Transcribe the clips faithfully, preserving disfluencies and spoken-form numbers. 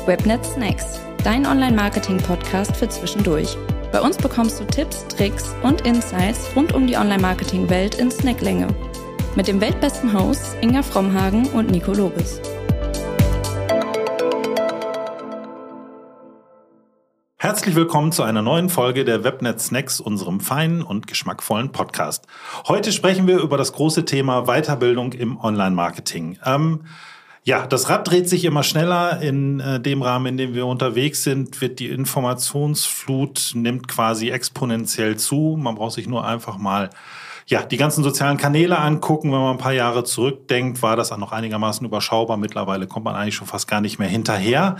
Webnet Snacks, dein Online-Marketing-Podcast für zwischendurch. Bei uns bekommst du Tipps, Tricks und Insights rund um die Online-Marketing-Welt in Snacklänge. Mit dem weltbesten Hosts Inga Frommhagen und Nico Lobes. Herzlich willkommen zu einer neuen Folge der Webnet Snacks, unserem feinen und geschmackvollen Podcast. Heute sprechen wir über das große Thema Weiterbildung im Online-Marketing. Ähm, ja, das Rad dreht sich immer schneller. In äh, dem Rahmen, in dem wir unterwegs sind, wird die Informationsflut nimmt quasi exponentiell zu. Man braucht sich nur einfach mal ja, die ganzen sozialen Kanäle angucken. Wenn man ein paar Jahre zurückdenkt, war das auch noch einigermaßen überschaubar. Mittlerweile kommt man eigentlich schon fast gar nicht mehr hinterher.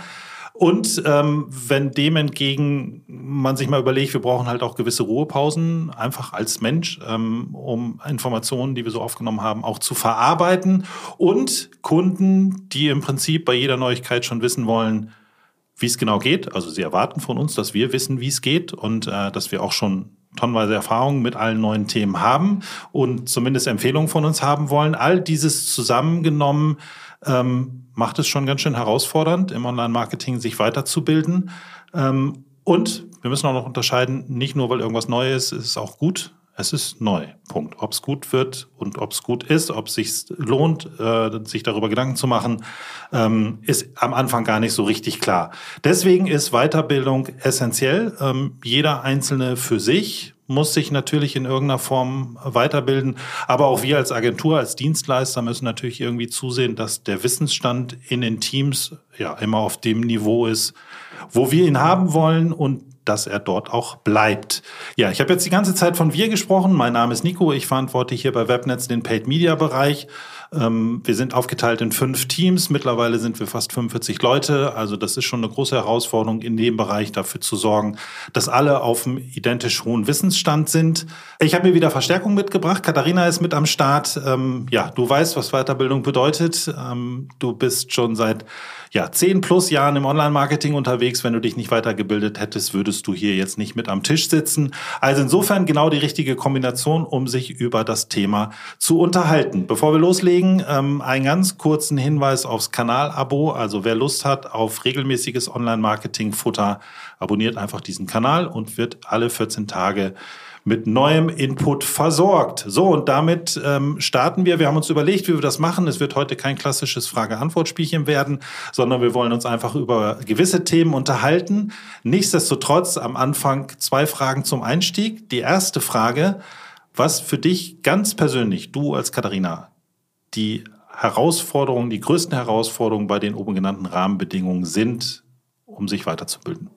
Und ähm, wenn dem entgegen man sich mal überlegt, wir brauchen halt auch gewisse Ruhepausen, einfach als Mensch, ähm, um Informationen, die wir so aufgenommen haben, auch zu verarbeiten. Und Kunden, die im Prinzip bei jeder Neuigkeit schon wissen wollen, wie es genau geht. Also sie erwarten von uns, dass wir wissen, wie es geht und äh, dass wir auch schon tonnenweise Erfahrungen mit allen neuen Themen haben und zumindest Empfehlungen von uns haben wollen. All dieses zusammengenommen ähm, macht es schon ganz schön herausfordernd, im Online-Marketing sich weiterzubilden. Ähm, und wir müssen auch noch unterscheiden, nicht nur, weil irgendwas neu ist, ist es auch gut. Es ist neu. Punkt. Ob es gut wird und ob es gut ist, ob es sich lohnt, äh, sich darüber Gedanken zu machen, ähm, ist am Anfang gar nicht so richtig klar. Deswegen ist Weiterbildung essentiell. Ähm, jeder Einzelne für sich muss sich natürlich in irgendeiner Form weiterbilden. Aber auch wir als Agentur, als Dienstleister müssen natürlich irgendwie zusehen, dass der Wissensstand in den Teams ja immer auf dem Niveau ist, wo wir ihn haben wollen und dass er dort auch bleibt. Ja, ich habe jetzt die ganze Zeit von wir gesprochen. Mein Name ist Nico. Ich verantworte hier bei Webnetz den Paid-Media-Bereich. Ähm, wir sind aufgeteilt in fünf Teams. Mittlerweile sind wir fast fünfundvierzig Leute. Also das ist schon eine große Herausforderung, in dem Bereich dafür zu sorgen, dass alle auf einem identisch hohen Wissensstand sind. Ich habe mir wieder Verstärkung mitgebracht. Katharina ist mit am Start. Ähm, ja, du weißt, was Weiterbildung bedeutet. Ähm, du bist schon seit ja, zehn plus Jahren im Online-Marketing unterwegs. Wenn du dich nicht weitergebildet hättest, würdest du hier jetzt nicht mit am Tisch sitzen. Also insofern genau die richtige Kombination, um sich über das Thema zu unterhalten. Bevor wir loslegen, ähm, einen ganz kurzen Hinweis aufs Kanal-Abo. Also wer Lust hat auf regelmäßiges Online-Marketing-Futter, abonniert einfach diesen Kanal und wird alle vierzehn Tage mit neuem Input versorgt. So, und damit ähm, starten wir. Wir haben uns überlegt, wie wir das machen. Es wird heute kein klassisches Frage-Antwort-Spielchen werden, sondern wir wollen uns einfach über gewisse Themen unterhalten. Nichtsdestotrotz am Anfang zwei Fragen zum Einstieg. Die erste Frage, was für dich ganz persönlich, du als Katharina, die Herausforderungen, die größten Herausforderungen bei den oben genannten Rahmenbedingungen sind, um sich weiterzubilden?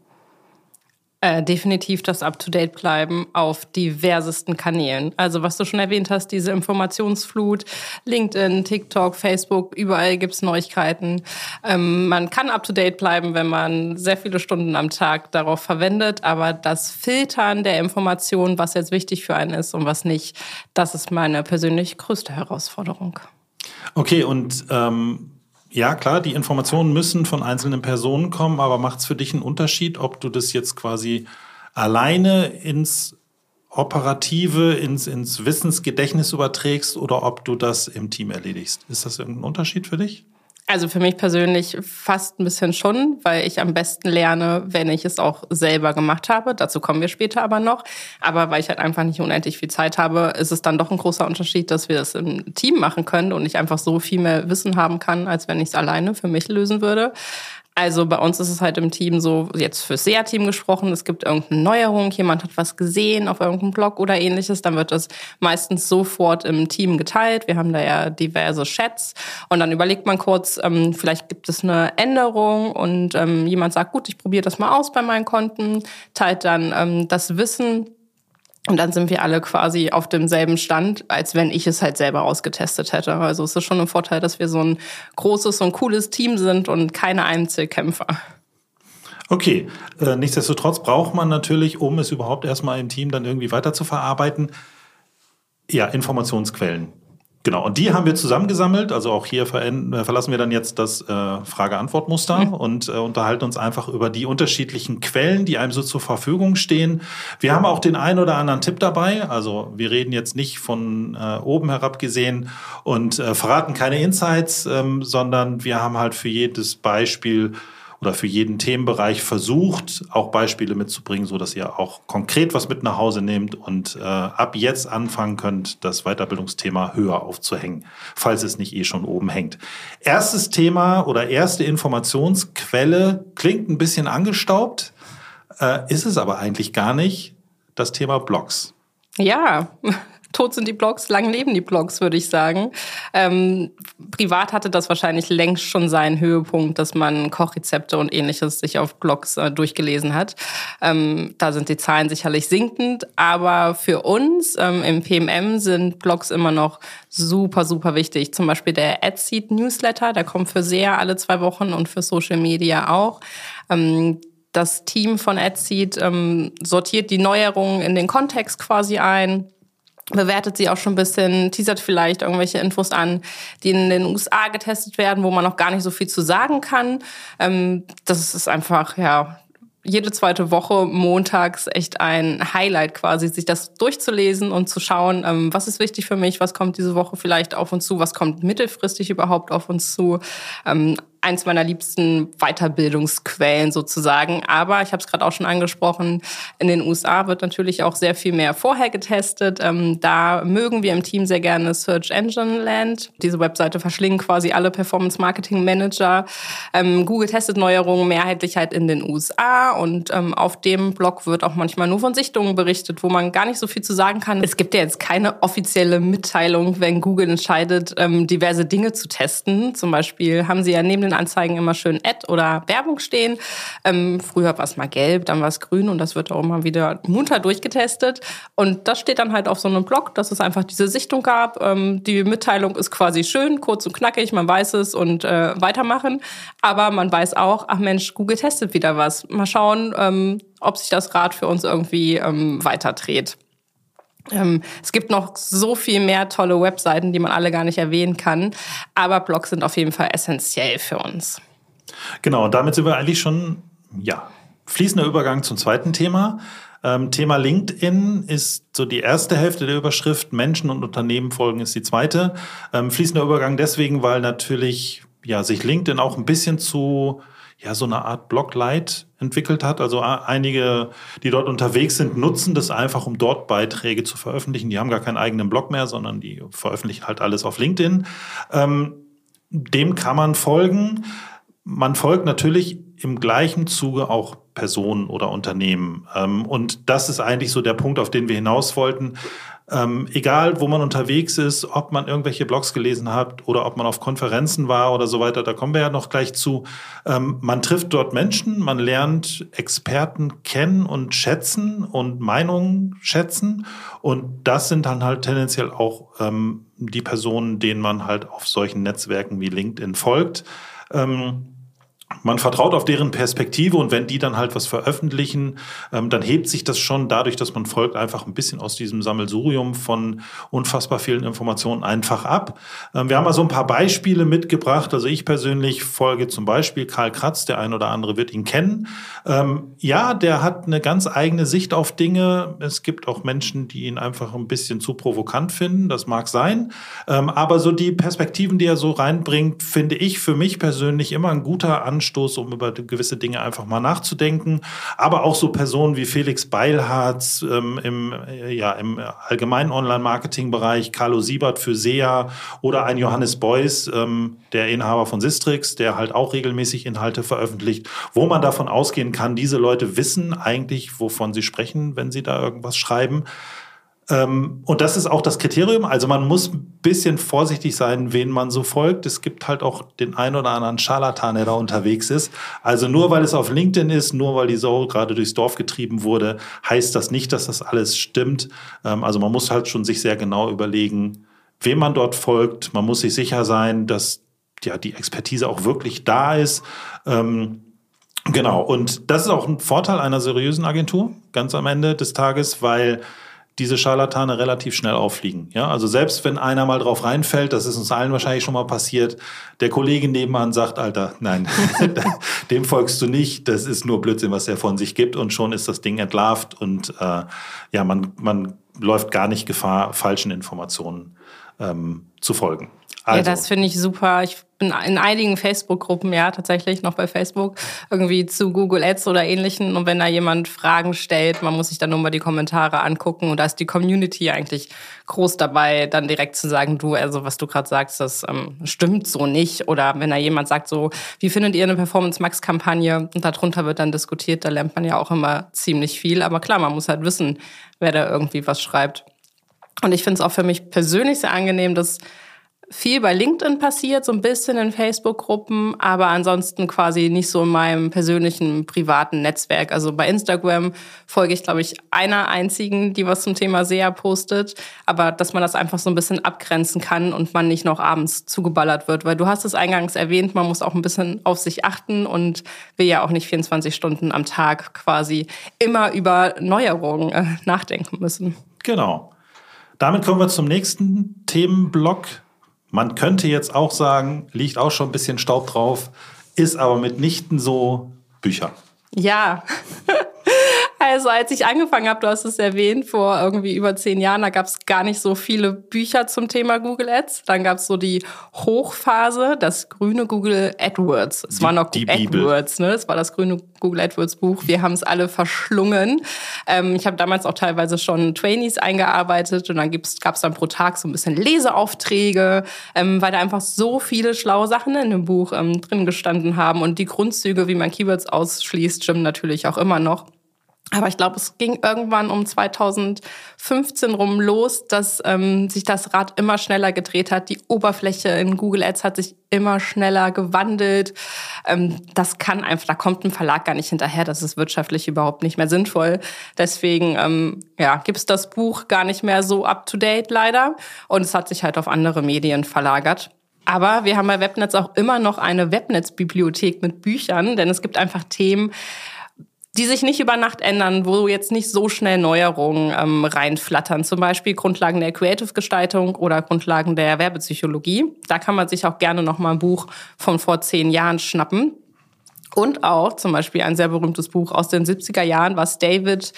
Äh, definitiv das Up-to-Date-Bleiben auf diversesten Kanälen. Also was du schon erwähnt hast, diese Informationsflut, LinkedIn, TikTok, Facebook, überall gibt's Neuigkeiten. Ähm, man kann Up-to-Date bleiben, wenn man sehr viele Stunden am Tag darauf verwendet, aber das Filtern der Informationen, was jetzt wichtig für einen ist und was nicht, das ist meine persönlich größte Herausforderung. Okay, und ähm ja, klar, die Informationen müssen von einzelnen Personen kommen, aber macht es für dich einen Unterschied, ob du das jetzt quasi alleine ins Operative, ins, ins Wissensgedächtnis überträgst oder ob du das im Team erledigst? Ist das irgendein Unterschied für dich? Also für mich persönlich fast ein bisschen schon, weil ich am besten lerne, wenn ich es auch selber gemacht habe. Dazu kommen wir später aber noch. Aber weil ich halt einfach nicht unendlich viel Zeit habe, ist es dann doch ein großer Unterschied, dass wir es im Team machen können und ich einfach so viel mehr Wissen haben kann, als wenn ich es alleine für mich lösen würde. Also bei uns ist es halt im Team so, jetzt fürs S E A-Team gesprochen, es gibt irgendeine Neuerung, jemand hat was gesehen auf irgendeinem Blog oder ähnliches, dann wird das meistens sofort im Team geteilt. Wir haben da ja diverse Chats und dann überlegt man kurz, ähm, vielleicht gibt es eine Änderung und ähm, jemand sagt, gut, ich probiere das mal aus bei meinen Konten, teilt dann ähm, das Wissen. Und dann sind wir alle quasi auf demselben Stand, als wenn ich es halt selber ausgetestet hätte. Also es ist schon ein Vorteil, dass wir so ein großes und cooles Team sind und keine Einzelkämpfer. Okay, äh, nichtsdestotrotz braucht man natürlich, um es überhaupt erstmal im Team dann irgendwie weiter zu verarbeiten, ja, Informationsquellen. Genau, und die haben wir zusammengesammelt. Also auch hier verlassen wir dann jetzt das äh, Frage-Antwort-Muster mhm. und äh, unterhalten uns einfach über die unterschiedlichen Quellen, die einem so zur Verfügung stehen. Wir haben auch den einen oder anderen Tipp dabei. Also wir reden jetzt nicht von äh, oben herab gesehen und äh, verraten keine Insights, ähm, sondern wir haben halt für jedes Beispiel oder für jeden Themenbereich versucht, auch Beispiele mitzubringen, so dass ihr auch konkret was mit nach Hause nehmt und äh, ab jetzt anfangen könnt, das Weiterbildungsthema höher aufzuhängen, falls es nicht eh schon oben hängt. Erstes Thema oder erste Informationsquelle klingt ein bisschen angestaubt, äh, ist es aber eigentlich gar nicht, das Thema Blogs. Ja, tot sind die Blogs, lang leben die Blogs, würde ich sagen. Ähm, privat hatte das wahrscheinlich längst schon seinen Höhepunkt, dass man Kochrezepte und Ähnliches sich auf Blogs äh, durchgelesen hat. Ähm, da sind die Zahlen sicherlich sinkend, aber für uns ähm, im P M M sind Blogs immer noch super, super wichtig. Zum Beispiel der AdSeed Newsletter, der kommt für S E A alle zwei Wochen und für Social Media auch. Ähm, das Team von AdSeed ähm, sortiert die Neuerungen in den Kontext quasi ein, bewertet sie auch schon ein bisschen, teasert vielleicht irgendwelche Infos an, die in den U S A getestet werden, wo man noch gar nicht so viel zu sagen kann. Ähm, das ist einfach, ja, jede zweite Woche montags echt ein Highlight quasi, sich das durchzulesen und zu schauen, ähm, was ist wichtig für mich, was kommt diese Woche vielleicht auf uns zu, was kommt mittelfristig überhaupt auf uns zu. Ähm, eins meiner liebsten Weiterbildungsquellen sozusagen. Aber ich habe es gerade auch schon angesprochen, in den U S A wird natürlich auch sehr viel mehr vorher getestet. Ähm, da mögen wir im Team sehr gerne Search Engine Land. Diese Webseite verschlingen quasi alle Performance Marketing Manager. Ähm, Google testet Neuerungen mehrheitlich halt in den U S A und ähm, auf dem Blog wird auch manchmal nur von Sichtungen berichtet, wo man gar nicht so viel zu sagen kann. Es gibt ja jetzt keine offizielle Mitteilung, wenn Google entscheidet, ähm, diverse Dinge zu testen. Zum Beispiel haben sie ja neben den Anzeigen immer schön Ad oder Werbung stehen. Ähm, früher war es mal gelb, dann war es grün und das wird auch immer wieder munter durchgetestet. Und das steht dann halt auf so einem Blog, dass es einfach diese Sichtung gab. Ähm, die Mitteilung ist quasi schön, kurz und knackig, man weiß es und äh, weitermachen. Aber man weiß auch, ach Mensch, Google testet wieder was. Mal schauen, ähm, ob sich das Rad für uns irgendwie ähm, weiterdreht. Ähm, es gibt noch so viel mehr tolle Webseiten, die man alle gar nicht erwähnen kann. Aber Blogs sind auf jeden Fall essentiell für uns. Genau, und damit sind wir eigentlich schon, ja, fließender Übergang zum zweiten Thema. Ähm, Thema LinkedIn ist so die erste Hälfte der Überschrift. Menschen und Unternehmen folgen ist die zweite. Ähm, fließender Übergang deswegen, weil natürlich ja, sich LinkedIn auch ein bisschen zu ja, so eine Art Blog-Light entwickelt hat. Also einige, die dort unterwegs sind, nutzen das einfach, um dort Beiträge zu veröffentlichen. Die haben gar keinen eigenen Blog mehr, sondern die veröffentlichen halt alles auf LinkedIn. Ähm, dem kann man folgen. Man folgt natürlich im gleichen Zuge auch Personen oder Unternehmen. Ähm, und das ist eigentlich so der Punkt, auf den wir hinaus wollten. Ähm, egal, wo man unterwegs ist, ob man irgendwelche Blogs gelesen hat oder ob man auf Konferenzen war oder so weiter, da kommen wir ja noch gleich zu. Ähm, man trifft dort Menschen, man lernt Experten kennen und schätzen und Meinungen schätzen. Und das sind dann halt tendenziell auch ähm, die Personen, denen man halt auf solchen Netzwerken wie LinkedIn folgt. Ähm, Man vertraut auf deren Perspektive und wenn die dann halt was veröffentlichen, ähm, dann hebt sich das schon dadurch, dass man folgt, einfach ein bisschen aus diesem Sammelsurium von unfassbar vielen Informationen einfach ab. Ähm, wir haben mal so ein paar Beispiele mitgebracht. Also ich persönlich folge zum Beispiel Karl Kratz, der ein oder andere wird ihn kennen. Ähm, ja, der hat eine ganz eigene Sicht auf Dinge. Es gibt auch Menschen, die ihn einfach ein bisschen zu provokant finden. Das mag sein. Ähm, aber so die Perspektiven, die er so reinbringt, finde ich für mich persönlich immer ein guter Anstoß, um über gewisse Dinge einfach mal nachzudenken. Aber auch so Personen wie Felix Beilharz ähm, im, äh, ja, im allgemeinen Online-Marketing-Bereich, Carlo Siebert für S E A oder ein Johannes Beuys, ähm, der Inhaber von Sistrix, der halt auch regelmäßig Inhalte veröffentlicht, wo man davon ausgehen kann, diese Leute wissen eigentlich, wovon sie sprechen, wenn sie da irgendwas schreiben. Und das ist auch das Kriterium. Also man muss ein bisschen vorsichtig sein, wen man so folgt. Es gibt halt auch den einen oder anderen Scharlatan, der da unterwegs ist. Also nur weil es auf LinkedIn ist, nur weil die Sau gerade durchs Dorf getrieben wurde, heißt das nicht, dass das alles stimmt. Also man muss halt schon sich sehr genau überlegen, wem man dort folgt. Man muss sich sicher sein, dass ja die Expertise auch wirklich da ist. Genau. Und das ist auch ein Vorteil einer seriösen Agentur, ganz am Ende des Tages, weil diese Scharlatane relativ schnell auffliegen. Ja, also selbst wenn einer mal drauf reinfällt, das ist uns allen wahrscheinlich schon mal passiert, der Kollege nebenan sagt, Alter, nein, dem folgst du nicht, das ist nur Blödsinn, was er von sich gibt und schon ist das Ding entlarvt und äh, ja, man, man läuft gar nicht Gefahr, falschen Informationen ähm, zu folgen. Also. Ja, das finde ich super. Ich bin in einigen Facebook-Gruppen, ja, tatsächlich noch bei Facebook, irgendwie zu Google Ads oder Ähnlichen. Und wenn da jemand Fragen stellt, man muss sich dann nur mal die Kommentare angucken. Und da ist die Community eigentlich groß dabei, dann direkt zu sagen, du, also was du gerade sagst, das ähm, stimmt so nicht. Oder wenn da jemand sagt so, wie findet ihr eine Performance-Max-Kampagne? Und darunter wird dann diskutiert, da lernt man ja auch immer ziemlich viel. Aber klar, man muss halt wissen, wer da irgendwie was schreibt. Und ich finde es auch für mich persönlich sehr angenehm, dass viel bei LinkedIn passiert, so ein bisschen in Facebook-Gruppen, aber ansonsten quasi nicht so in meinem persönlichen, privaten Netzwerk. Also bei Instagram folge ich, glaube ich, einer einzigen, die was zum Thema S E A postet, aber dass man das einfach so ein bisschen abgrenzen kann und man nicht noch abends zugeballert wird, weil du hast es eingangs erwähnt, man muss auch ein bisschen auf sich achten und will ja auch nicht vierundzwanzig Stunden am Tag quasi immer über Neuerungen äh, nachdenken müssen. Genau. Damit kommen wir zum nächsten Themenblock. Man könnte jetzt auch sagen, liegt auch schon ein bisschen Staub drauf, ist aber mitnichten so Bücher. Ja, also als ich angefangen habe, du hast es erwähnt, vor irgendwie über zehn Jahren, da gab es gar nicht so viele Bücher zum Thema Google Ads. Dann gab es so die Hochphase, das grüne Google AdWords. Es die, war noch die AdWords, ne? Es war das grüne Google AdWords Buch. Wir haben es alle verschlungen. Ähm, ich habe damals auch teilweise schon Trainees eingearbeitet und dann gab es dann pro Tag so ein bisschen Leseaufträge, ähm, weil da einfach so viele schlaue Sachen in dem Buch ähm, drin gestanden haben. Und die Grundzüge, wie man Keywords ausschließt, stimmen natürlich auch immer noch. Aber ich glaube, es ging irgendwann um zweitausendfünfzehn rum los, dass ähm, sich das Rad immer schneller gedreht hat. Die Oberfläche in Google Ads hat sich immer schneller gewandelt. Ähm, das kann einfach, da kommt ein Verlag gar nicht hinterher. Das ist wirtschaftlich überhaupt nicht mehr sinnvoll. Deswegen ähm, ja, gibt's das Buch gar nicht mehr so up-to-date leider. Und es hat sich halt auf andere Medien verlagert. Aber wir haben bei Webnetz auch immer noch eine Webnetz-Bibliothek mit Büchern, denn es gibt einfach Themen, die sich nicht über Nacht ändern, wo jetzt nicht so schnell Neuerungen ähm, reinflattern. Zum Beispiel Grundlagen der Creative-Gestaltung oder Grundlagen der Werbepsychologie. Da kann man sich auch gerne noch mal ein Buch von vor zehn Jahren schnappen. Und auch zum Beispiel ein sehr berühmtes Buch aus den siebziger Jahren, was David,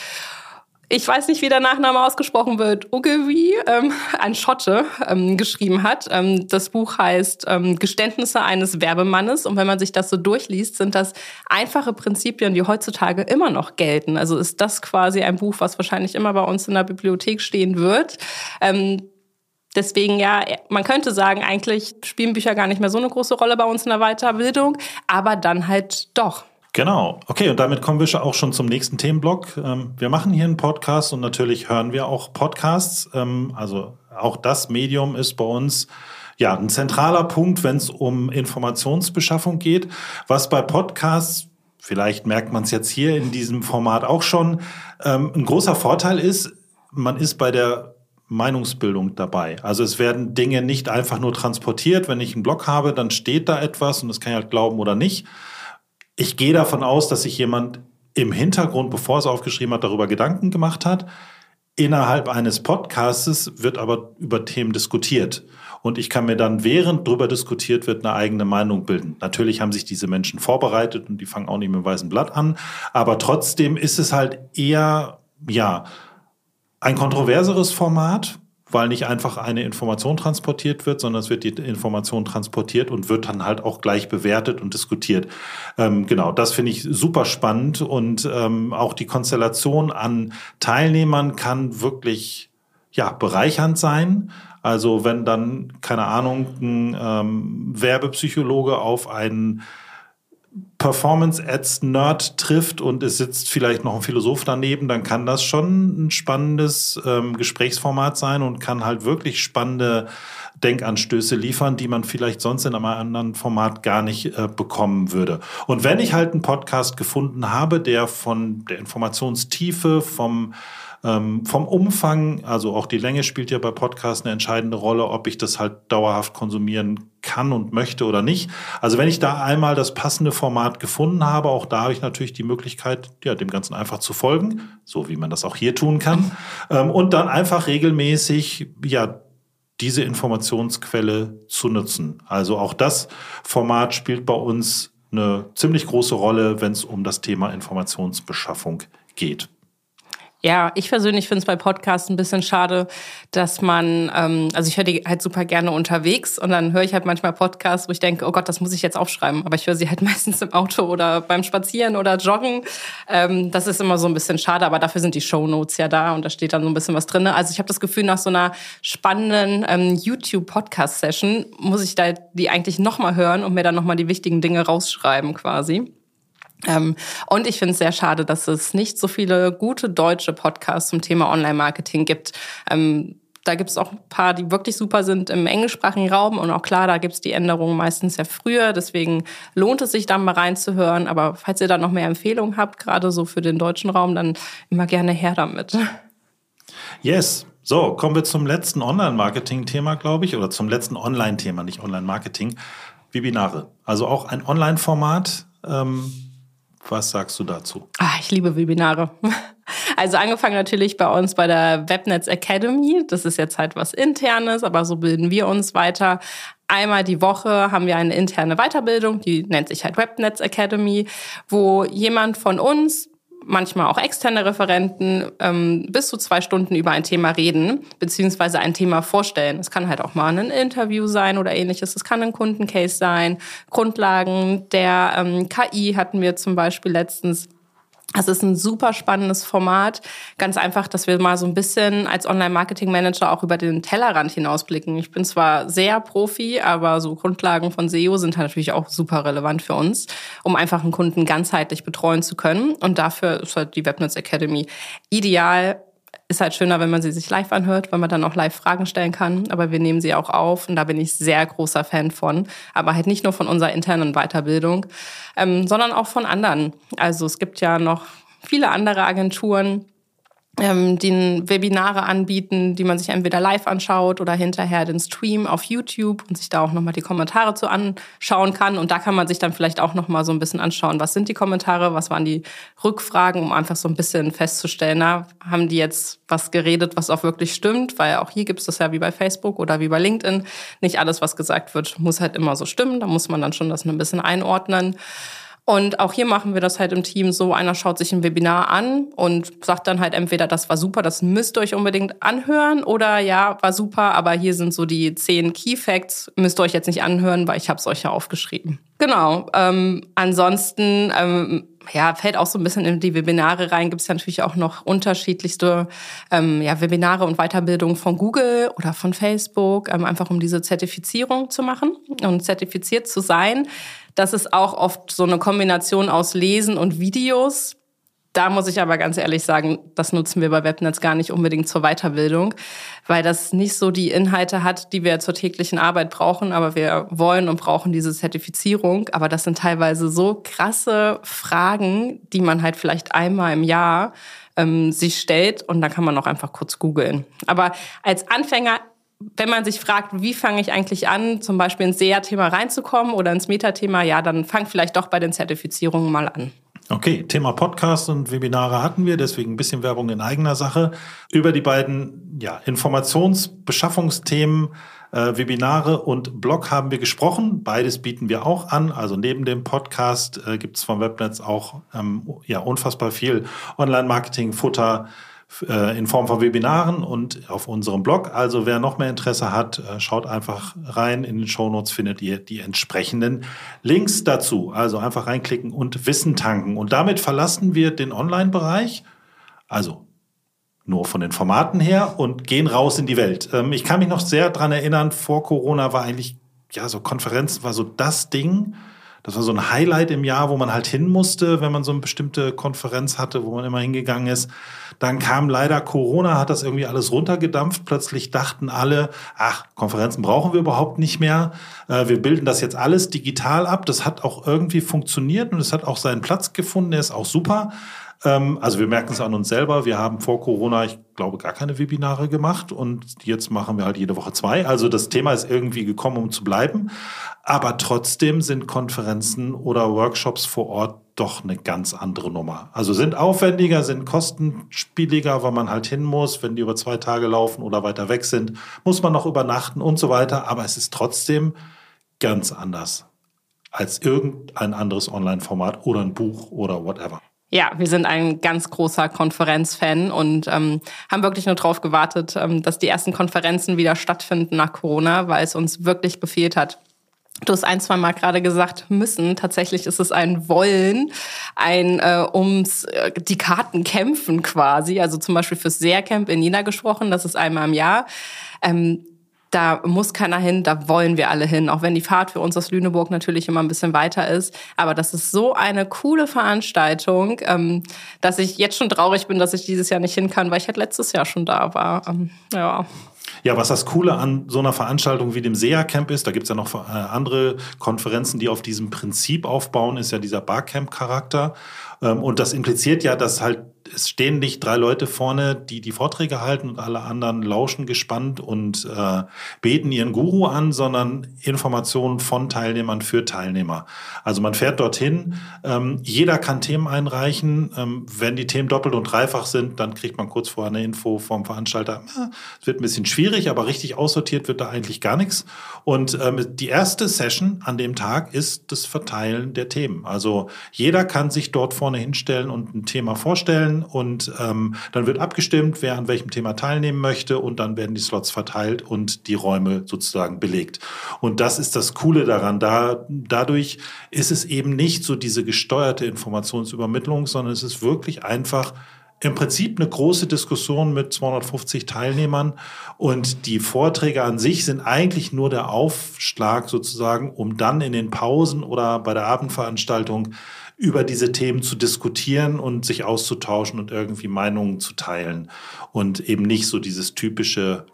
ich weiß nicht, wie der Nachname ausgesprochen wird, Ogilvy, ähm, ein Schotte, ähm, geschrieben hat. Ähm, das Buch heißt ähm, Geständnisse eines Werbemannes. Und wenn man sich das so durchliest, sind das einfache Prinzipien, die heutzutage immer noch gelten. Also ist das quasi ein Buch, was wahrscheinlich immer bei uns in der Bibliothek stehen wird. Ähm, Deswegen, ja, man könnte sagen, eigentlich spielen Bücher gar nicht mehr so eine große Rolle bei uns in der Weiterbildung, aber dann halt doch. Genau. Okay, und damit kommen wir auch schon zum nächsten Themenblock. Wir machen hier einen Podcast und natürlich hören wir auch Podcasts. Also auch das Medium ist bei uns ja ein zentraler Punkt, wenn es um Informationsbeschaffung geht. Was bei Podcasts, vielleicht merkt man es jetzt hier in diesem Format auch schon, ein großer Vorteil ist, man ist bei der Meinungsbildung dabei. Also es werden Dinge nicht einfach nur transportiert. Wenn ich einen Blog habe, dann steht da etwas und das kann ich halt glauben oder nicht. Ich gehe davon aus, dass sich jemand im Hintergrund, bevor es aufgeschrieben hat, darüber Gedanken gemacht hat. Innerhalb eines Podcasts wird aber über Themen diskutiert. Und ich kann mir dann, während darüber diskutiert wird, eine eigene Meinung bilden. Natürlich haben sich diese Menschen vorbereitet und die fangen auch nicht mit dem weißen Blatt an. Aber trotzdem ist es halt eher, ja, ein kontroverseres Format, weil nicht einfach eine Information transportiert wird, sondern es wird die Information transportiert und wird dann halt auch gleich bewertet und diskutiert. Ähm, genau, das finde ich super spannend und ähm, auch die Konstellation an Teilnehmern kann wirklich ja bereichernd sein. Also wenn dann, keine Ahnung, ein ähm, Werbepsychologe auf einen Performance-Ads-Nerd trifft und es sitzt vielleicht noch ein Philosoph daneben, dann kann das schon ein spannendes ähm, Gesprächsformat sein und kann halt wirklich spannende Denkanstöße liefern, die man vielleicht sonst in einem anderen Format gar nicht äh, bekommen würde. Und wenn ich halt einen Podcast gefunden habe, der von der Informationstiefe, vom Ähm, vom Umfang, also auch die Länge spielt ja bei Podcasts eine entscheidende Rolle, ob ich das halt dauerhaft konsumieren kann und möchte oder nicht. Also wenn ich da einmal das passende Format gefunden habe, auch da habe ich natürlich die Möglichkeit, ja, dem Ganzen einfach zu folgen, so wie man das auch hier tun kann, ähm, und dann einfach regelmäßig, ja, diese Informationsquelle zu nutzen. Also auch das Format spielt bei uns eine ziemlich große Rolle, wenn es um das Thema Informationsbeschaffung geht. Ja, ich persönlich finde es bei Podcasts ein bisschen schade, dass man, ähm, also ich höre die halt super gerne unterwegs und dann höre ich halt manchmal Podcasts, wo ich denke, oh Gott, das muss ich jetzt aufschreiben. Aber ich höre sie halt meistens im Auto oder beim Spazieren oder Joggen. Ähm, das ist immer so ein bisschen schade, aber dafür sind die Shownotes ja da und da steht dann so ein bisschen was drin. Also ich habe das Gefühl, nach so einer spannenden ähm, YouTube-Podcast-Session muss ich da die eigentlich nochmal hören und mir dann nochmal die wichtigen Dinge rausschreiben quasi. Ähm, und ich finde es sehr schade, dass es nicht so viele gute deutsche Podcasts zum Thema Online-Marketing gibt. Ähm, da gibt es auch ein paar, die wirklich super sind im englischsprachigen Raum. Und auch klar, da gibt es die Änderungen meistens ja früher. Deswegen lohnt es sich dann mal reinzuhören. Aber falls ihr da noch mehr Empfehlungen habt, gerade so für den deutschen Raum, dann immer gerne her damit. Yes. So, kommen wir zum letzten Online-Marketing-Thema, glaube ich. Oder zum letzten Online-Thema, nicht Online-Marketing. Webinare. Also auch ein Online-Format. Ähm Was sagst du dazu? Ah, ich liebe Webinare. Also angefangen natürlich bei uns bei der Webnetz Academy. Das ist jetzt halt was Internes, aber so bilden wir uns weiter. Einmal die Woche haben wir eine interne Weiterbildung, die nennt sich halt Webnetz Academy, wo jemand von uns, manchmal auch externe Referenten, ähm, bis zu zwei Stunden über ein Thema reden, beziehungsweise ein Thema vorstellen. Es kann halt auch mal ein Interview sein oder ähnliches. Es kann ein Kundencase sein. Grundlagen der ähm, K I hatten wir zum Beispiel letztens. Das ist ein super spannendes Format. Ganz einfach, dass wir mal so ein bisschen als Online-Marketing-Manager auch über den Tellerrand hinausblicken. Ich bin zwar sehr Profi, aber so Grundlagen von S E O sind halt natürlich auch super relevant für uns, um einfach einen Kunden ganzheitlich betreuen zu können. Und dafür ist halt die Webnetz Academy ideal. Ist halt schöner, wenn man sie sich live anhört, weil man dann auch live Fragen stellen kann. Aber wir nehmen sie auch auf und da bin ich sehr großer Fan von. Aber halt nicht nur von unserer internen Weiterbildung, ähm, sondern auch von anderen. Also es gibt ja noch viele andere Agenturen, ähm, die Webinare anbieten, die man sich entweder live anschaut oder hinterher den Stream auf YouTube und sich da auch nochmal die Kommentare zu anschauen kann. Und da kann man sich dann vielleicht auch nochmal so ein bisschen anschauen, was sind die Kommentare, was waren die Rückfragen, um einfach so ein bisschen festzustellen, na, haben die jetzt was geredet, was auch wirklich stimmt? Weil auch hier gibt es das ja wie bei Facebook oder wie bei LinkedIn. Nicht alles, was gesagt wird, muss halt immer so stimmen. Da muss man dann schon das ein bisschen einordnen. Und auch hier machen wir das halt im Team so, einer schaut sich ein Webinar an und sagt dann halt entweder, das war super, das müsst ihr euch unbedingt anhören oder ja, war super, aber hier sind so die zehn Key Facts, müsst ihr euch jetzt nicht anhören, weil ich habe es euch ja aufgeschrieben. Genau, ähm, ansonsten ähm, ja, fällt auch so ein bisschen in die Webinare rein, gibt es ja natürlich auch noch unterschiedlichste ähm, ja, Webinare und Weiterbildungen von Google oder von Facebook, ähm, einfach um diese Zertifizierung zu machen und zertifiziert zu sein. Das ist auch oft so eine Kombination aus Lesen und Videos. Da muss ich aber ganz ehrlich sagen, das nutzen wir bei Webnetz gar nicht unbedingt zur Weiterbildung, weil das nicht so die Inhalte hat, die wir zur täglichen Arbeit brauchen. Aber wir wollen und brauchen diese Zertifizierung. Aber das sind teilweise so krasse Fragen, die man halt vielleicht einmal im Jahr ähm, sich stellt. Und da kann man auch einfach kurz googeln. Aber als Anfänger, wenn man sich fragt, wie fange ich eigentlich an, zum Beispiel ins S E A-Thema reinzukommen oder ins Meta-Thema, ja, dann fang vielleicht doch bei den Zertifizierungen mal an. Okay, Thema Podcast und Webinare hatten wir, deswegen ein bisschen Werbung in eigener Sache. Über die beiden ja, Informationsbeschaffungsthemen, äh, Webinare und Blog haben wir gesprochen. Beides bieten wir auch an. Also neben dem Podcast äh, gibt es vom Webnetz auch ähm, ja, unfassbar viel Online-Marketing-Futter in Form von Webinaren und auf unserem Blog. Also wer noch mehr Interesse hat, schaut einfach rein. In den Shownotes findet ihr die entsprechenden Links dazu. Also einfach reinklicken und Wissen tanken. Und damit verlassen wir den Online-Bereich, also nur von den Formaten her, und gehen raus in die Welt. Ich kann mich noch sehr dran erinnern, vor Corona war eigentlich, ja, so Konferenzen war so das Ding. Das war so ein Highlight im Jahr, wo man halt hin musste, wenn man so eine bestimmte Konferenz hatte, wo man immer hingegangen ist. Dann kam leider Corona, hat das irgendwie alles runtergedampft. Plötzlich dachten alle, ach, Konferenzen brauchen wir überhaupt nicht mehr. Wir bilden das jetzt alles digital ab. Das hat auch irgendwie funktioniert und es hat auch seinen Platz gefunden. Der ist auch super. Also wir merken es an uns selber. Wir haben vor Corona, ich glaube, gar keine Webinare gemacht und jetzt machen wir halt jede Woche zwei. Also das Thema ist irgendwie gekommen, um zu bleiben. Aber trotzdem sind Konferenzen oder Workshops vor Ort doch eine ganz andere Nummer. Also sind aufwendiger, sind kostenspieliger, weil man halt hin muss. Wenn die über zwei Tage laufen oder weiter weg sind, muss man noch übernachten und so weiter. Aber es ist trotzdem ganz anders als irgendein anderes Online-Format oder ein Buch oder whatever. Ja, wir sind ein ganz großer Konferenzfan und ähm, haben wirklich nur drauf gewartet, ähm, dass die ersten Konferenzen wieder stattfinden nach Corona, weil es uns wirklich gefehlt hat. Du hast ein, zwei Mal gerade gesagt, müssen. Tatsächlich ist es ein Wollen, ein äh, ums äh, die Karten kämpfen quasi. Also zum Beispiel fürs S E A-Camp in Jena gesprochen, das ist einmal im Jahr. Ähm, Da muss keiner hin, da wollen wir alle hin, auch wenn die Fahrt für uns aus Lüneburg natürlich immer ein bisschen weiter ist. Aber das ist so eine coole Veranstaltung, ähm, dass ich jetzt schon traurig bin, dass ich dieses Jahr nicht hin kann, weil ich halt letztes Jahr schon da war. Ähm, ja. Ja, was das Coole an so einer Veranstaltung wie dem S E A-Camp ist, da gibt's ja noch äh, andere Konferenzen, die auf diesem Prinzip aufbauen, ist ja dieser Barcamp-Charakter. Ähm, und das impliziert ja, dass halt es stehen nicht drei Leute vorne, die die Vorträge halten und alle anderen lauschen gespannt und äh, beten ihren Guru an, sondern Informationen von Teilnehmern für Teilnehmer. Also man fährt dorthin, ähm, jeder kann Themen einreichen. Ähm, wenn die Themen doppelt und dreifach sind, dann kriegt man kurz vorher eine Info vom Veranstalter. Ja, es wird ein bisschen schwierig, aber richtig aussortiert wird da eigentlich gar nichts. Und ähm, die erste Session an dem Tag ist das Verteilen der Themen. Also jeder kann sich dort vorne hinstellen und ein Thema vorstellen. Und ähm, dann wird abgestimmt, wer an welchem Thema teilnehmen möchte und dann werden die Slots verteilt und die Räume sozusagen belegt. Und das ist das Coole daran. Da, dadurch ist es eben nicht so diese gesteuerte Informationsübermittlung, sondern es ist wirklich einfach im Prinzip eine große Diskussion mit zweihundertfünfzig Teilnehmern und die Vorträge an sich sind eigentlich nur der Aufschlag sozusagen, um dann in den Pausen oder bei der Abendveranstaltung über diese Themen zu diskutieren und sich auszutauschen und irgendwie Meinungen zu teilen und eben nicht so dieses typische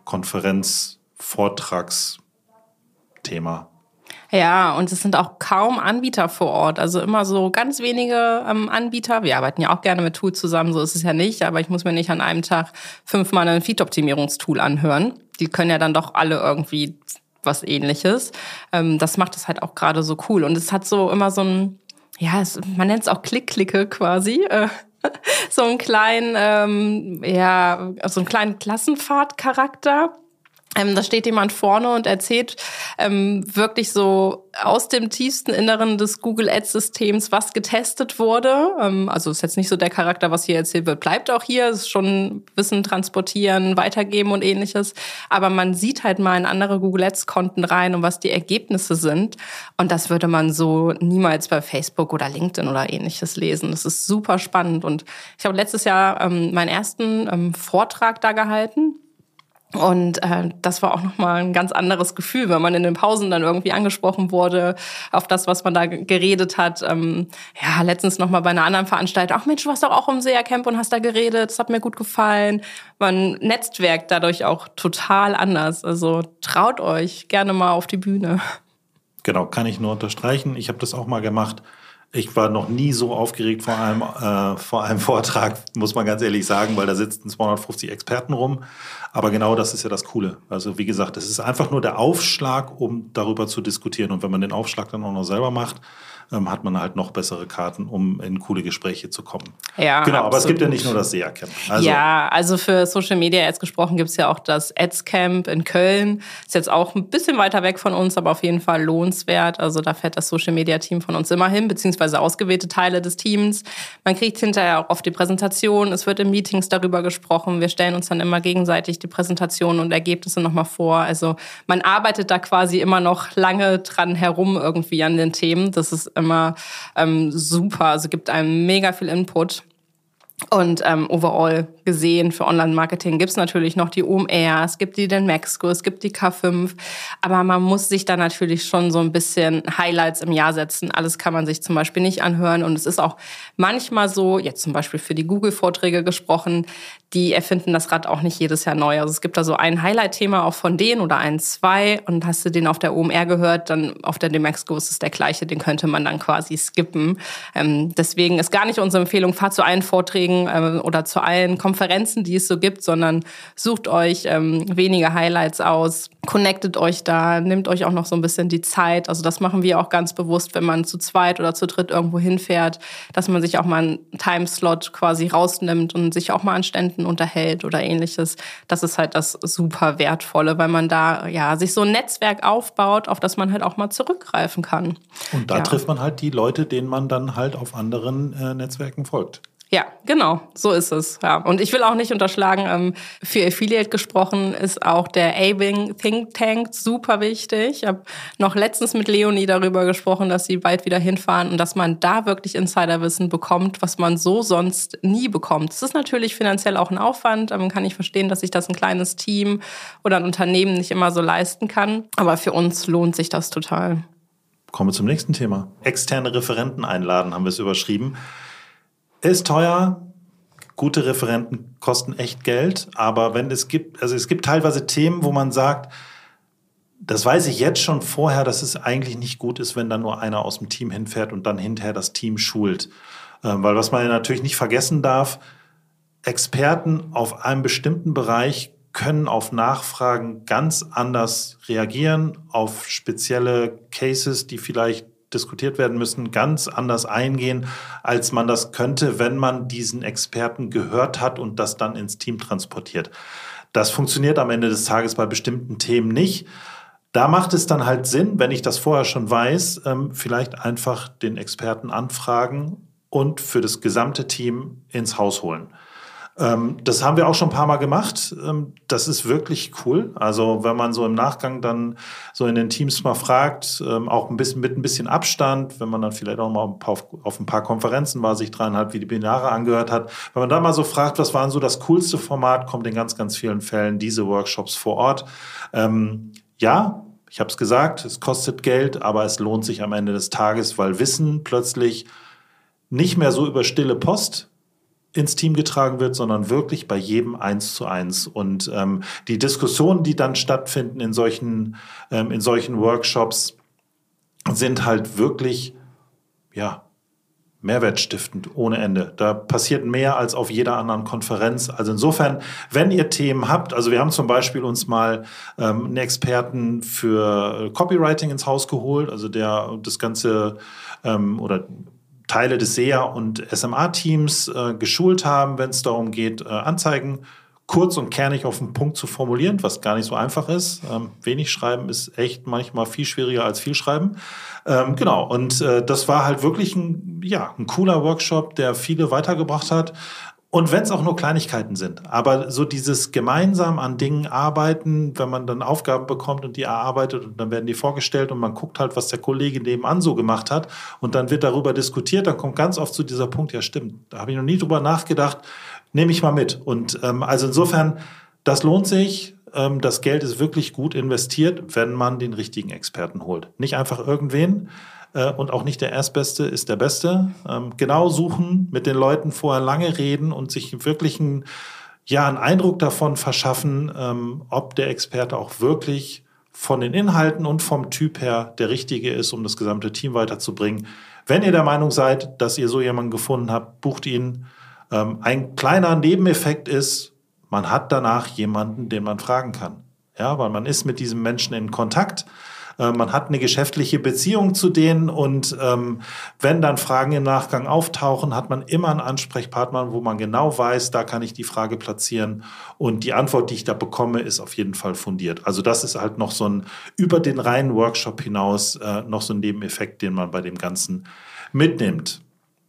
Konferenz-Vortragsthema. Ja, und es sind auch kaum Anbieter vor Ort, also immer so ganz wenige ähm, Anbieter. Wir arbeiten ja auch gerne mit Tools zusammen, so ist es ja nicht, aber ich muss mir nicht an einem Tag fünfmal ein Feed-Optimierungstool anhören. Die können ja dann doch alle irgendwie was Ähnliches. Ähm, das macht es halt auch gerade so cool und es hat so immer so ein Ja, es, man nennt es auch Klick-Klicke quasi. Äh, so einen kleinen, ähm, ja, so einen kleinen Klassenfahrtcharakter. Ähm, da steht jemand vorne und erzählt ähm, wirklich so aus dem tiefsten Inneren des Google Ads-Systems, was getestet wurde. Ähm, also ist jetzt nicht so der Charakter, was hier erzählt wird, bleibt auch hier. Es ist schon Wissen transportieren, weitergeben und Ähnliches. Aber man sieht halt mal in andere Google Ads-Konten rein und was die Ergebnisse sind. Und das würde man so niemals bei Facebook oder LinkedIn oder Ähnliches lesen. Das ist super spannend. Und ich habe letztes Jahr ähm, meinen ersten ähm, Vortrag da gehalten. Und äh, das war auch nochmal ein ganz anderes Gefühl, wenn man in den Pausen dann irgendwie angesprochen wurde auf das, was man da geredet hat. Ähm, ja, letztens nochmal bei einer anderen Veranstaltung. Ach Mensch, du warst doch auch im S E A-Camp und hast da geredet. Das hat mir gut gefallen. Man netzwerkt dadurch auch total anders. Also traut euch gerne mal auf die Bühne. Genau, kann ich nur unterstreichen. Ich habe das auch mal gemacht. Ich war noch nie so aufgeregt vor einem, äh, vor einem Vortrag, muss man ganz ehrlich sagen, weil da sitzen zweihundertfünfzig Experten rum. Aber genau das ist ja das Coole. Also wie gesagt, es ist einfach nur der Aufschlag, um darüber zu diskutieren. Und wenn man den Aufschlag dann auch noch selber macht, ähm, hat man halt noch bessere Karten, um in coole Gespräche zu kommen. Ja, genau, absolut. Aber es gibt ja nicht nur das S E A-Camp. Also, ja, also für Social Media Ads gesprochen gibt es ja auch das Ads Camp in Köln. Ist jetzt auch ein bisschen weiter weg von uns, aber auf jeden Fall lohnenswert. Also da fährt das Social Media Team von uns immer hin, beziehungsweise ausgewählte Teile des Teams. Man kriegt hinterher auch oft die Präsentation. Es wird in Meetings darüber gesprochen. Wir stellen uns dann immer gegenseitig die Präsentationen und Ergebnisse nochmal vor. Also man arbeitet da quasi immer noch lange dran herum irgendwie an den Themen. Das ist immer ähm, super. Also gibt einem mega viel Input. Und ähm, overall gesehen für Online-Marketing gibt's natürlich noch die O M R, es gibt die den Maxco, es gibt die K fünf. Aber man muss sich da natürlich schon so ein bisschen Highlights im Jahr setzen. Alles kann man sich zum Beispiel nicht anhören. Und es ist auch manchmal so, jetzt zum Beispiel für die Google-Vorträge gesprochen, die erfinden das Rad auch nicht jedes Jahr neu. Also es gibt da so ein Highlight-Thema auch von denen oder ein, zwei. Und hast du den auf der O M R gehört, dann auf der Demexco ist es der gleiche. Den könnte man dann quasi skippen. Ähm, deswegen ist gar nicht unsere Empfehlung, fahr zu allen Vorträgen Kollegen äh, oder zu allen Konferenzen, die es so gibt, sondern sucht euch ähm, wenige Highlights aus, connectet euch da, nehmt euch auch noch so ein bisschen die Zeit. Also das machen wir auch ganz bewusst, wenn man zu zweit oder zu dritt irgendwo hinfährt, dass man sich auch mal einen Timeslot quasi rausnimmt und sich auch mal an Ständen unterhält oder ähnliches. Das ist halt das super Wertvolle, weil man da ja sich so ein Netzwerk aufbaut, auf das man halt auch mal zurückgreifen kann. Und da ja. trifft man halt die Leute, denen man dann halt auf anderen äh, Netzwerken folgt. Ja, genau, so ist es. Ja. Und ich will auch nicht unterschlagen, ähm, für Affiliate gesprochen ist auch der A-Wing Think Tank super wichtig. Ich habe noch letztens mit Leonie darüber gesprochen, dass sie bald wieder hinfahren und dass man da wirklich Insiderwissen bekommt, was man so sonst nie bekommt. Es ist natürlich finanziell auch ein Aufwand, ähm, kann ich verstehen, dass sich das ein kleines Team oder ein Unternehmen nicht immer so leisten kann. Aber für uns lohnt sich das total. Kommen wir zum nächsten Thema. Externe Referenten einladen, haben wir es überschrieben. Ist teuer, gute Referenten kosten echt Geld, aber wenn es gibt, also es gibt teilweise Themen, wo man sagt, das weiß ich jetzt schon vorher, dass es eigentlich nicht gut ist, wenn dann nur einer aus dem Team hinfährt und dann hinterher das Team schult. Ähm, weil was man natürlich nicht vergessen darf, Experten auf einem bestimmten Bereich können auf Nachfragen ganz anders reagieren, auf spezielle Cases, die vielleicht diskutiert werden müssen, ganz anders eingehen, als man das könnte, wenn man diesen Experten gehört hat und das dann ins Team transportiert. Das funktioniert am Ende des Tages bei bestimmten Themen nicht. Da macht es dann halt Sinn, wenn ich das vorher schon weiß, vielleicht einfach den Experten anfragen und für das gesamte Team ins Haus holen. Das haben wir auch schon ein paar Mal gemacht. Das ist wirklich cool. Also wenn man so im Nachgang dann so in den Teams mal fragt, auch ein bisschen mit ein bisschen Abstand, wenn man dann vielleicht auch mal auf ein paar Konferenzen war, sich dreieinhalb Webinare angehört hat. Wenn man da mal so fragt, was war denn so das coolste Format, kommt in ganz, ganz vielen Fällen diese Workshops vor Ort. Ähm, ja, ich habe es gesagt, es kostet Geld, aber es lohnt sich am Ende des Tages, weil Wissen plötzlich nicht mehr so über stille Post ins Team getragen wird, sondern wirklich bei jedem eins zu eins. Und ähm, die Diskussionen, die dann stattfinden in solchen, ähm, in solchen Workshops, sind halt wirklich, ja, mehrwertstiftend ohne Ende. Da passiert mehr als auf jeder anderen Konferenz. Also insofern, wenn ihr Themen habt, also wir haben zum Beispiel uns mal ähm, einen Experten für Copywriting ins Haus geholt, also der das Ganze ähm, oder Teile des S E A- und S M A-Teams äh, geschult haben, wenn es darum geht, äh, Anzeigen kurz und kernig auf den Punkt zu formulieren, was gar nicht so einfach ist. Ähm, wenig schreiben ist echt manchmal viel schwieriger als viel schreiben. Ähm, genau, und äh, das war halt wirklich ein, ja, ein cooler Workshop, der viele weitergebracht hat. Und wenn es auch nur Kleinigkeiten sind, aber so dieses gemeinsam an Dingen arbeiten, wenn man dann Aufgaben bekommt und die erarbeitet und dann werden die vorgestellt und man guckt halt, was der Kollege nebenan so gemacht hat und dann wird darüber diskutiert, dann kommt ganz oft zu dieser Punkt, ja stimmt, da habe ich noch nie drüber nachgedacht, nehme ich mal mit. Und ähm, also insofern, das lohnt sich, ähm, das Geld ist wirklich gut investiert, wenn man den richtigen Experten holt. Nicht einfach irgendwen. Und auch nicht der Erstbeste ist der Beste. Ähm, genau suchen, mit den Leuten vorher lange reden und sich wirklich einen, ja, einen Eindruck davon verschaffen, ähm, ob der Experte auch wirklich von den Inhalten und vom Typ her der Richtige ist, um das gesamte Team weiterzubringen. Wenn ihr der Meinung seid, dass ihr so jemanden gefunden habt, bucht ihn. Ähm, ein kleiner Nebeneffekt ist, man hat danach jemanden, den man fragen kann. Ja, weil man ist mit diesem Menschen in Kontakt. Man hat eine geschäftliche Beziehung zu denen und ähm, wenn dann Fragen im Nachgang auftauchen, hat man immer einen Ansprechpartner, wo man genau weiß, da kann ich die Frage platzieren und die Antwort, die ich da bekomme, ist auf jeden Fall fundiert. Also das ist halt noch so ein, über den reinen Workshop hinaus, äh, noch so ein Nebeneffekt, den man bei dem Ganzen mitnimmt.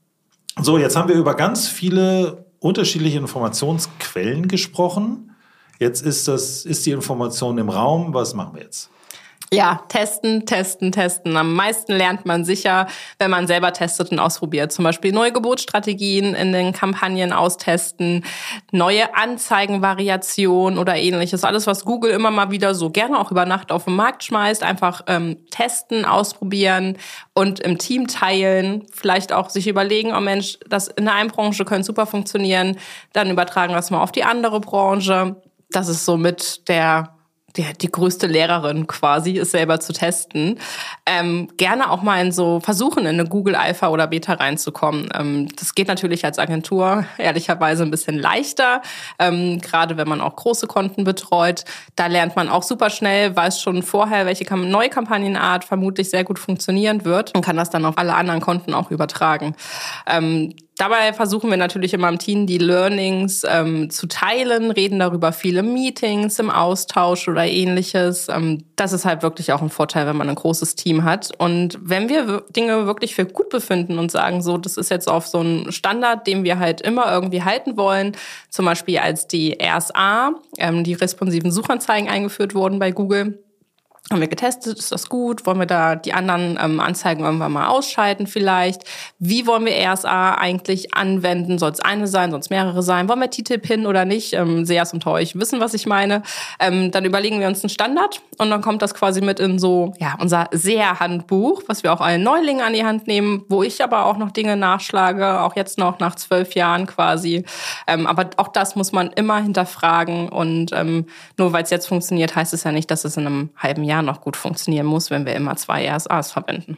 So, jetzt haben wir über ganz viele unterschiedliche Informationsquellen gesprochen. Jetzt ist das, ist die Information im Raum. Was machen wir jetzt? Ja, testen, testen, testen. Am meisten lernt man sicher, wenn man selber testet und ausprobiert. Zum Beispiel neue Geburtsstrategien in den Kampagnen austesten, neue Anzeigenvariationen oder ähnliches. Alles, was Google immer mal wieder so gerne auch über Nacht auf den Markt schmeißt. Einfach ähm, testen, ausprobieren und im Team teilen. Vielleicht auch sich überlegen, oh Mensch, das in der einen Branche könnte super funktionieren. Dann übertragen wir es mal auf die andere Branche. Das ist somit der die, die größte Lehrerin quasi, ist selber zu testen. Ähm, gerne auch mal in so versuchen, in eine Google Alpha oder Beta reinzukommen. Ähm, das geht natürlich als Agentur ehrlicherweise ein bisschen leichter, ähm, gerade wenn man auch große Konten betreut. Da lernt man auch super schnell, weiß schon vorher, welche Kam- neue Kampagnenart vermutlich sehr gut funktionieren wird und kann das dann auf alle anderen Konten auch übertragen. Ähm, Dabei versuchen wir natürlich immer im Team die Learnings ähm, zu teilen, reden darüber viele Meetings im Austausch oder ähnliches. Ähm, das ist halt wirklich auch ein Vorteil, wenn man ein großes Team hat. Und wenn wir w- Dinge wirklich für gut befinden und sagen, so, das ist jetzt auf so einen Standard, den wir halt immer irgendwie halten wollen, zum Beispiel als die R S A, ähm, die responsiven Suchanzeigen eingeführt wurden bei Google, haben wir getestet, ist das gut? Wollen wir da die anderen ähm, Anzeigen irgendwann mal ausschalten vielleicht? Wie wollen wir R S A eigentlich anwenden? Soll es eine sein, soll es mehrere sein? Wollen wir T T I P hin oder nicht? Ähm, Seas und euch wissen, was ich meine. Ähm, dann überlegen wir uns einen Standard und dann kommt das quasi mit in so ja unser S E A-Handbuch, was wir auch allen Neulingen an die Hand nehmen, wo ich aber auch noch Dinge nachschlage, auch jetzt noch nach zwölf Jahren quasi. Ähm, aber auch das muss man immer hinterfragen und ähm, nur weil es jetzt funktioniert, heißt es ja nicht, dass es in einem halben Jahr noch gut funktionieren muss, wenn wir immer zwei R S As verwenden.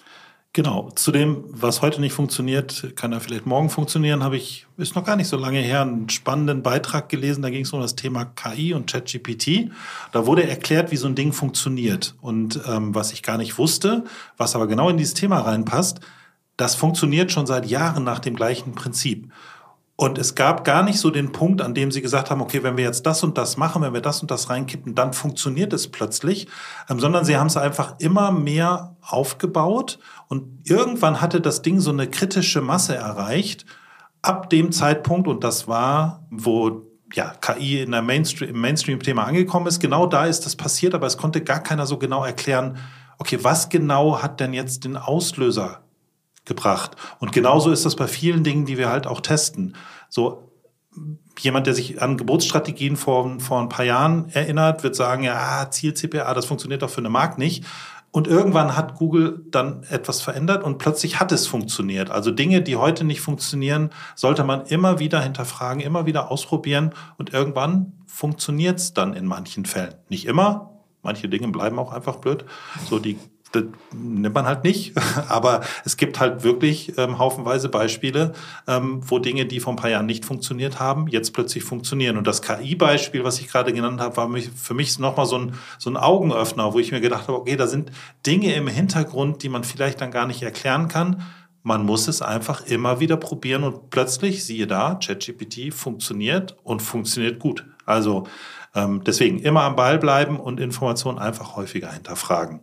Genau. Zu dem, was heute nicht funktioniert, kann ja vielleicht morgen funktionieren, habe ich, ist noch gar nicht so lange her, einen spannenden Beitrag gelesen. Da ging es um das Thema K I und ChatGPT. Da wurde erklärt, wie so ein Ding funktioniert. Und ähm, was ich gar nicht wusste, was aber genau in dieses Thema reinpasst, das funktioniert schon seit Jahren nach dem gleichen Prinzip. Und es gab gar nicht so den Punkt, an dem sie gesagt haben, okay, wenn wir jetzt das und das machen, wenn wir das und das reinkippen, dann funktioniert es plötzlich, ähm, sondern sie haben es einfach immer mehr aufgebaut und irgendwann hatte das Ding so eine kritische Masse erreicht. Ab dem Zeitpunkt, und das war, wo ja, K I in der Mainstream, im Mainstream-Thema angekommen ist, genau da ist das passiert, aber es konnte gar keiner so genau erklären, okay, was genau hat denn jetzt den Auslöser gebracht. Und genauso ist das bei vielen Dingen, die wir halt auch testen. So jemand, der sich an Geburtsstrategien vor, vor ein paar Jahren erinnert, wird sagen, ja, Ziel-C P A, das funktioniert doch für eine Mark nicht. Und irgendwann hat Google dann etwas verändert und plötzlich hat es funktioniert. Also Dinge, die heute nicht funktionieren, sollte man immer wieder hinterfragen, immer wieder ausprobieren und irgendwann funktioniert es dann in manchen Fällen. Nicht immer, manche Dinge bleiben auch einfach blöd. So die Das nimmt man halt nicht, aber es gibt halt wirklich ähm, haufenweise Beispiele, ähm, wo Dinge, die vor ein paar Jahren nicht funktioniert haben, jetzt plötzlich funktionieren. Und das K I-Beispiel, was ich gerade genannt habe, war mich, für mich nochmal so ein, so ein Augenöffner, wo ich mir gedacht habe, okay, da sind Dinge im Hintergrund, die man vielleicht dann gar nicht erklären kann. Man muss es einfach immer wieder probieren und plötzlich, siehe da, ChatGPT funktioniert und funktioniert gut. Also ähm, deswegen immer am Ball bleiben und Informationen einfach häufiger hinterfragen.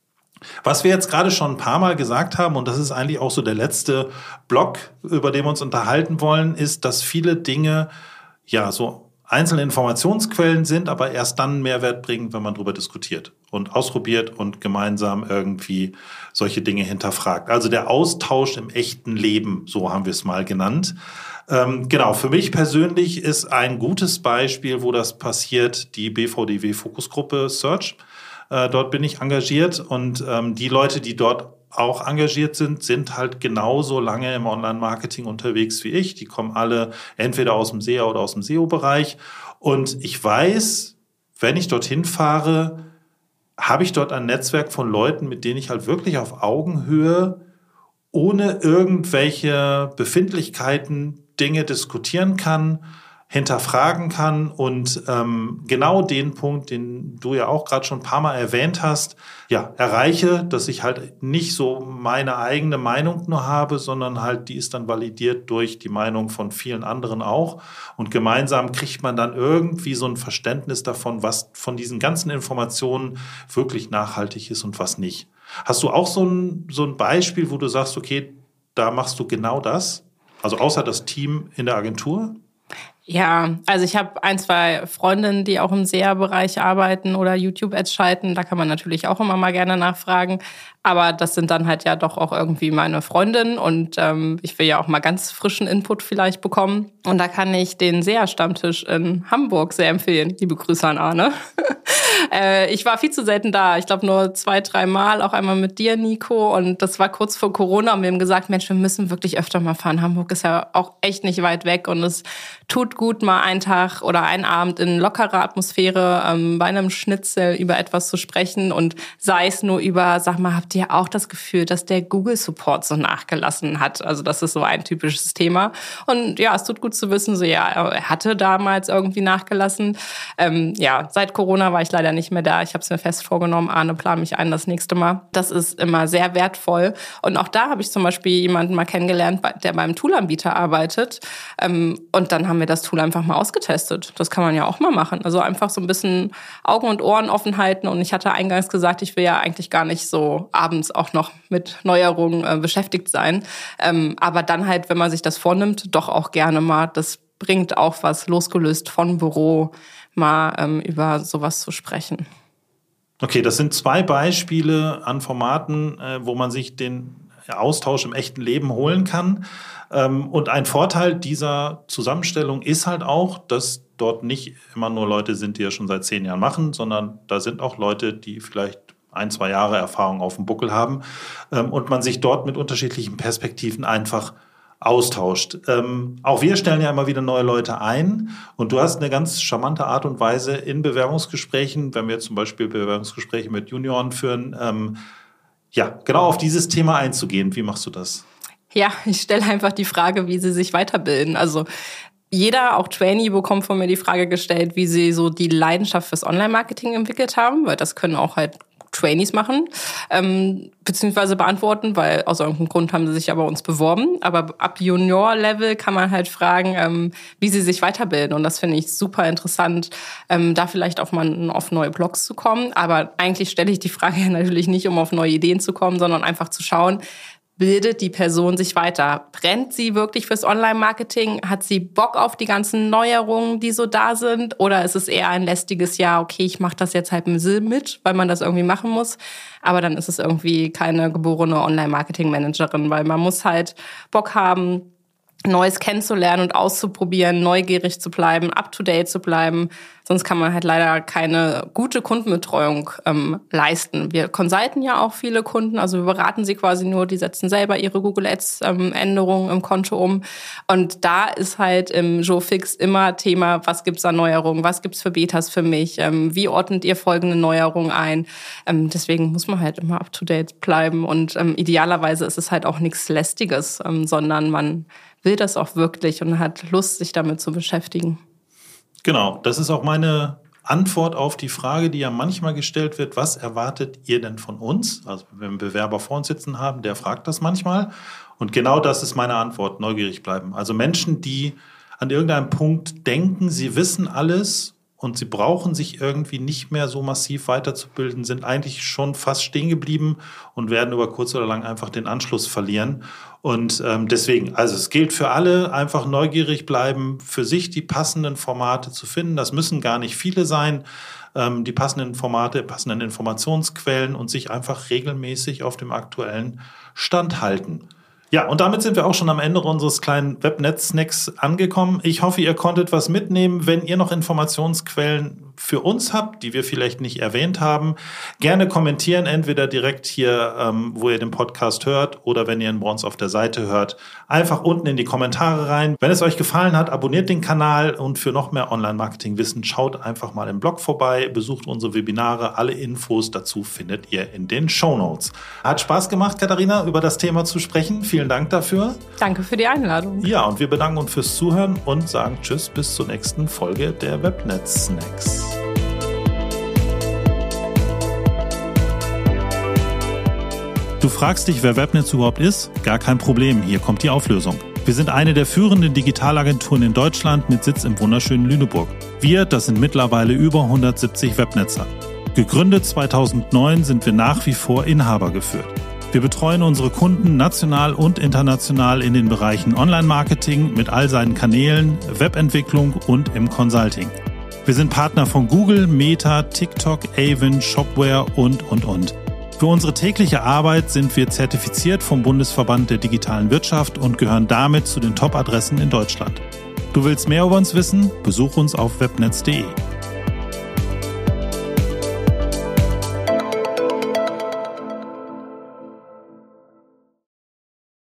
Was wir jetzt gerade schon ein paar Mal gesagt haben, und das ist eigentlich auch so der letzte Block, über den wir uns unterhalten wollen, ist, dass viele Dinge ja so einzelne Informationsquellen sind, aber erst dann einen Mehrwert bringen, wenn man darüber diskutiert und ausprobiert und gemeinsam irgendwie solche Dinge hinterfragt. Also der Austausch im echten Leben, so haben wir es mal genannt. Ähm, genau, für mich persönlich ist ein gutes Beispiel, wo das passiert, die B V D W-Fokusgruppe Search. Dort bin ich engagiert und ähm, die Leute, die dort auch engagiert sind, sind halt genauso lange im Online-Marketing unterwegs wie ich. Die kommen alle entweder aus dem S E A oder aus dem S E O-Bereich. Und ich weiß, wenn ich dorthin fahre, habe ich dort ein Netzwerk von Leuten, mit denen ich halt wirklich auf Augenhöhe ohne irgendwelche Befindlichkeiten Dinge diskutieren kann, hinterfragen kann und ähm, genau den Punkt, den du ja auch gerade schon ein paar Mal erwähnt hast, ja, erreiche, dass ich halt nicht so meine eigene Meinung nur habe, sondern halt die ist dann validiert durch die Meinung von vielen anderen auch und gemeinsam kriegt man dann irgendwie so ein Verständnis davon, was von diesen ganzen Informationen wirklich nachhaltig ist und was nicht. Hast du auch so ein, so ein Beispiel, wo du sagst, okay, da machst du genau das? Also außer das Team in der Agentur? Ja, also ich habe ein, zwei Freundinnen, die auch im S E A-Bereich arbeiten oder YouTube-Ads schalten. Da kann man natürlich auch immer mal gerne nachfragen. Aber das sind dann halt ja doch auch irgendwie meine Freundinnen. Und ähm, ich will ja auch mal ganz frischen Input vielleicht bekommen. Und da kann ich den S E A-Stammtisch in Hamburg sehr empfehlen. Liebe Grüße an Arne. äh, ich war viel zu selten da. Ich glaube nur zwei, drei Mal, auch einmal mit dir, Nico. Und das war kurz vor Corona und wir haben gesagt, Mensch, wir müssen wirklich öfter mal fahren. Hamburg ist ja auch echt nicht weit weg und es tut gut, mal einen Tag oder einen Abend in lockerer Atmosphäre ähm, bei einem Schnitzel über etwas zu sprechen und sei es nur über, sag mal, habt ihr auch das Gefühl, dass der Google-Support so nachgelassen hat? Also das ist so ein typisches Thema. Und ja, es tut gut zu wissen, so ja, er hatte damals irgendwie nachgelassen. Ähm, ja, seit Corona war ich leider nicht mehr da. Ich habe es mir fest vorgenommen, Arne, plan mich ein das nächste Mal. Das ist immer sehr wertvoll. Und auch da habe ich zum Beispiel jemanden mal kennengelernt, der beim Toolanbieter arbeitet. Ähm, und dann haben wir das Tool einfach mal ausgetestet. Das kann man ja auch mal machen. Also einfach so ein bisschen Augen und Ohren offen halten. Und ich hatte eingangs gesagt, ich will ja eigentlich gar nicht so abends auch noch mit Neuerungen äh, beschäftigt sein. Ähm, aber dann halt, wenn man sich das vornimmt, doch auch gerne mal. Das bringt auch was, losgelöst von Büro, mal ähm, über sowas zu sprechen. Okay, das sind zwei Beispiele an Formaten, äh, wo man sich den Austausch im echten Leben holen kann. Ähm, und ein Vorteil dieser Zusammenstellung ist halt auch, dass dort nicht immer nur Leute sind, die das schon seit zehn Jahren machen, sondern da sind auch Leute, die vielleicht ein, zwei Jahre Erfahrung auf dem Buckel haben ähm, und man sich dort mit unterschiedlichen Perspektiven einfach austauscht. Ähm, auch wir stellen ja immer wieder neue Leute ein und du hast eine ganz charmante Art und Weise in Bewerbungsgesprächen, wenn wir zum Beispiel Bewerbungsgespräche mit Junioren führen, ähm, ja, genau auf dieses Thema einzugehen. Wie machst du das? Ja, ich stelle einfach die Frage, wie sie sich weiterbilden. Also jeder, auch Trainee, bekommt von mir die Frage gestellt, wie sie so die Leidenschaft fürs Online-Marketing entwickelt haben, weil das können auch halt Trainees machen, ähm, beziehungsweise beantworten, weil aus irgendeinem Grund haben sie sich ja bei uns beworben. Aber ab Junior-Level kann man halt fragen, ähm, wie sie sich weiterbilden. Und das finde ich super interessant, ähm, da vielleicht auch mal auf neue Blogs zu kommen. Aber eigentlich stelle ich die Frage ja natürlich nicht, um auf neue Ideen zu kommen, sondern einfach zu schauen, bildet die Person sich weiter? Brennt sie wirklich fürs Online-Marketing? Hat sie Bock auf die ganzen Neuerungen, die so da sind? Oder ist es eher ein lästiges Jahr, okay, ich mache das jetzt halt mit, weil man das irgendwie machen muss. Aber dann ist es irgendwie keine geborene Online-Marketing-Managerin, weil man muss halt Bock haben, Neues kennenzulernen und auszuprobieren, neugierig zu bleiben, up-to-date zu bleiben. Sonst kann man halt leider keine gute Kundenbetreuung ähm, leisten. Wir consulten ja auch viele Kunden, also wir beraten sie quasi nur, die setzen selber ihre Google Ads ähm, Änderungen im Konto um. Und da ist halt im Joe Fix immer Thema, was gibt's an Neuerungen, was gibt's für Betas für mich, ähm, wie ordnet ihr folgende Neuerungen ein. Ähm, deswegen muss man halt immer up-to-date bleiben und ähm, idealerweise ist es halt auch nichts Lästiges, ähm, sondern man will das auch wirklich und hat Lust, sich damit zu beschäftigen. Genau, das ist auch meine Antwort auf die Frage, die ja manchmal gestellt wird, was erwartet ihr denn von uns? Also wenn wir einen Bewerber vor uns sitzen haben, der fragt das manchmal. Und genau das ist meine Antwort, neugierig bleiben. Also Menschen, die an irgendeinem Punkt denken, sie wissen alles und sie brauchen sich irgendwie nicht mehr so massiv weiterzubilden, sind eigentlich schon fast stehen geblieben und werden über kurz oder lang einfach den Anschluss verlieren. Und ähm, deswegen, also es gilt für alle, einfach neugierig bleiben, für sich die passenden Formate zu finden. Das müssen gar nicht viele sein, ähm, die passenden Formate, passenden Informationsquellen und sich einfach regelmäßig auf dem aktuellen Stand halten. Ja, und damit sind wir auch schon am Ende unseres kleinen Webnet-Snacks angekommen. Ich hoffe, ihr konntet was mitnehmen. Wenn ihr noch Informationsquellen für uns habt, die wir vielleicht nicht erwähnt haben, gerne kommentieren, entweder direkt hier, ähm, wo ihr den Podcast hört, oder wenn ihr ihn bei uns auf der Seite hört, einfach unten in die Kommentare rein. Wenn es euch gefallen hat, abonniert den Kanal und für noch mehr Online-Marketing-Wissen schaut einfach mal im Blog vorbei, besucht unsere Webinare. Alle Infos dazu findet ihr in den Shownotes. Hat Spaß gemacht, Katharina, über das Thema zu sprechen. Vielen Dank dafür. Danke für die Einladung. Ja, und wir bedanken uns fürs Zuhören und sagen Tschüss bis zur nächsten Folge der Webnet Snacks. Du fragst dich, wer Webnetz überhaupt ist? Gar kein Problem, hier kommt die Auflösung. Wir sind eine der führenden Digitalagenturen in Deutschland mit Sitz im wunderschönen Lüneburg. Wir, das sind mittlerweile über hundertsiebzig Webnetzer. Gegründet zweitausendneun sind wir nach wie vor Inhaber geführt. Wir betreuen unsere Kunden national und international in den Bereichen Online-Marketing mit all seinen Kanälen, Webentwicklung und im Consulting. Wir sind Partner von Google, Meta, TikTok, Avon, Shopware und, und, und. Für unsere tägliche Arbeit sind wir zertifiziert vom Bundesverband der digitalen Wirtschaft und gehören damit zu den Top-Adressen in Deutschland. Du willst mehr über uns wissen? Besuch uns auf webnetz punkt de.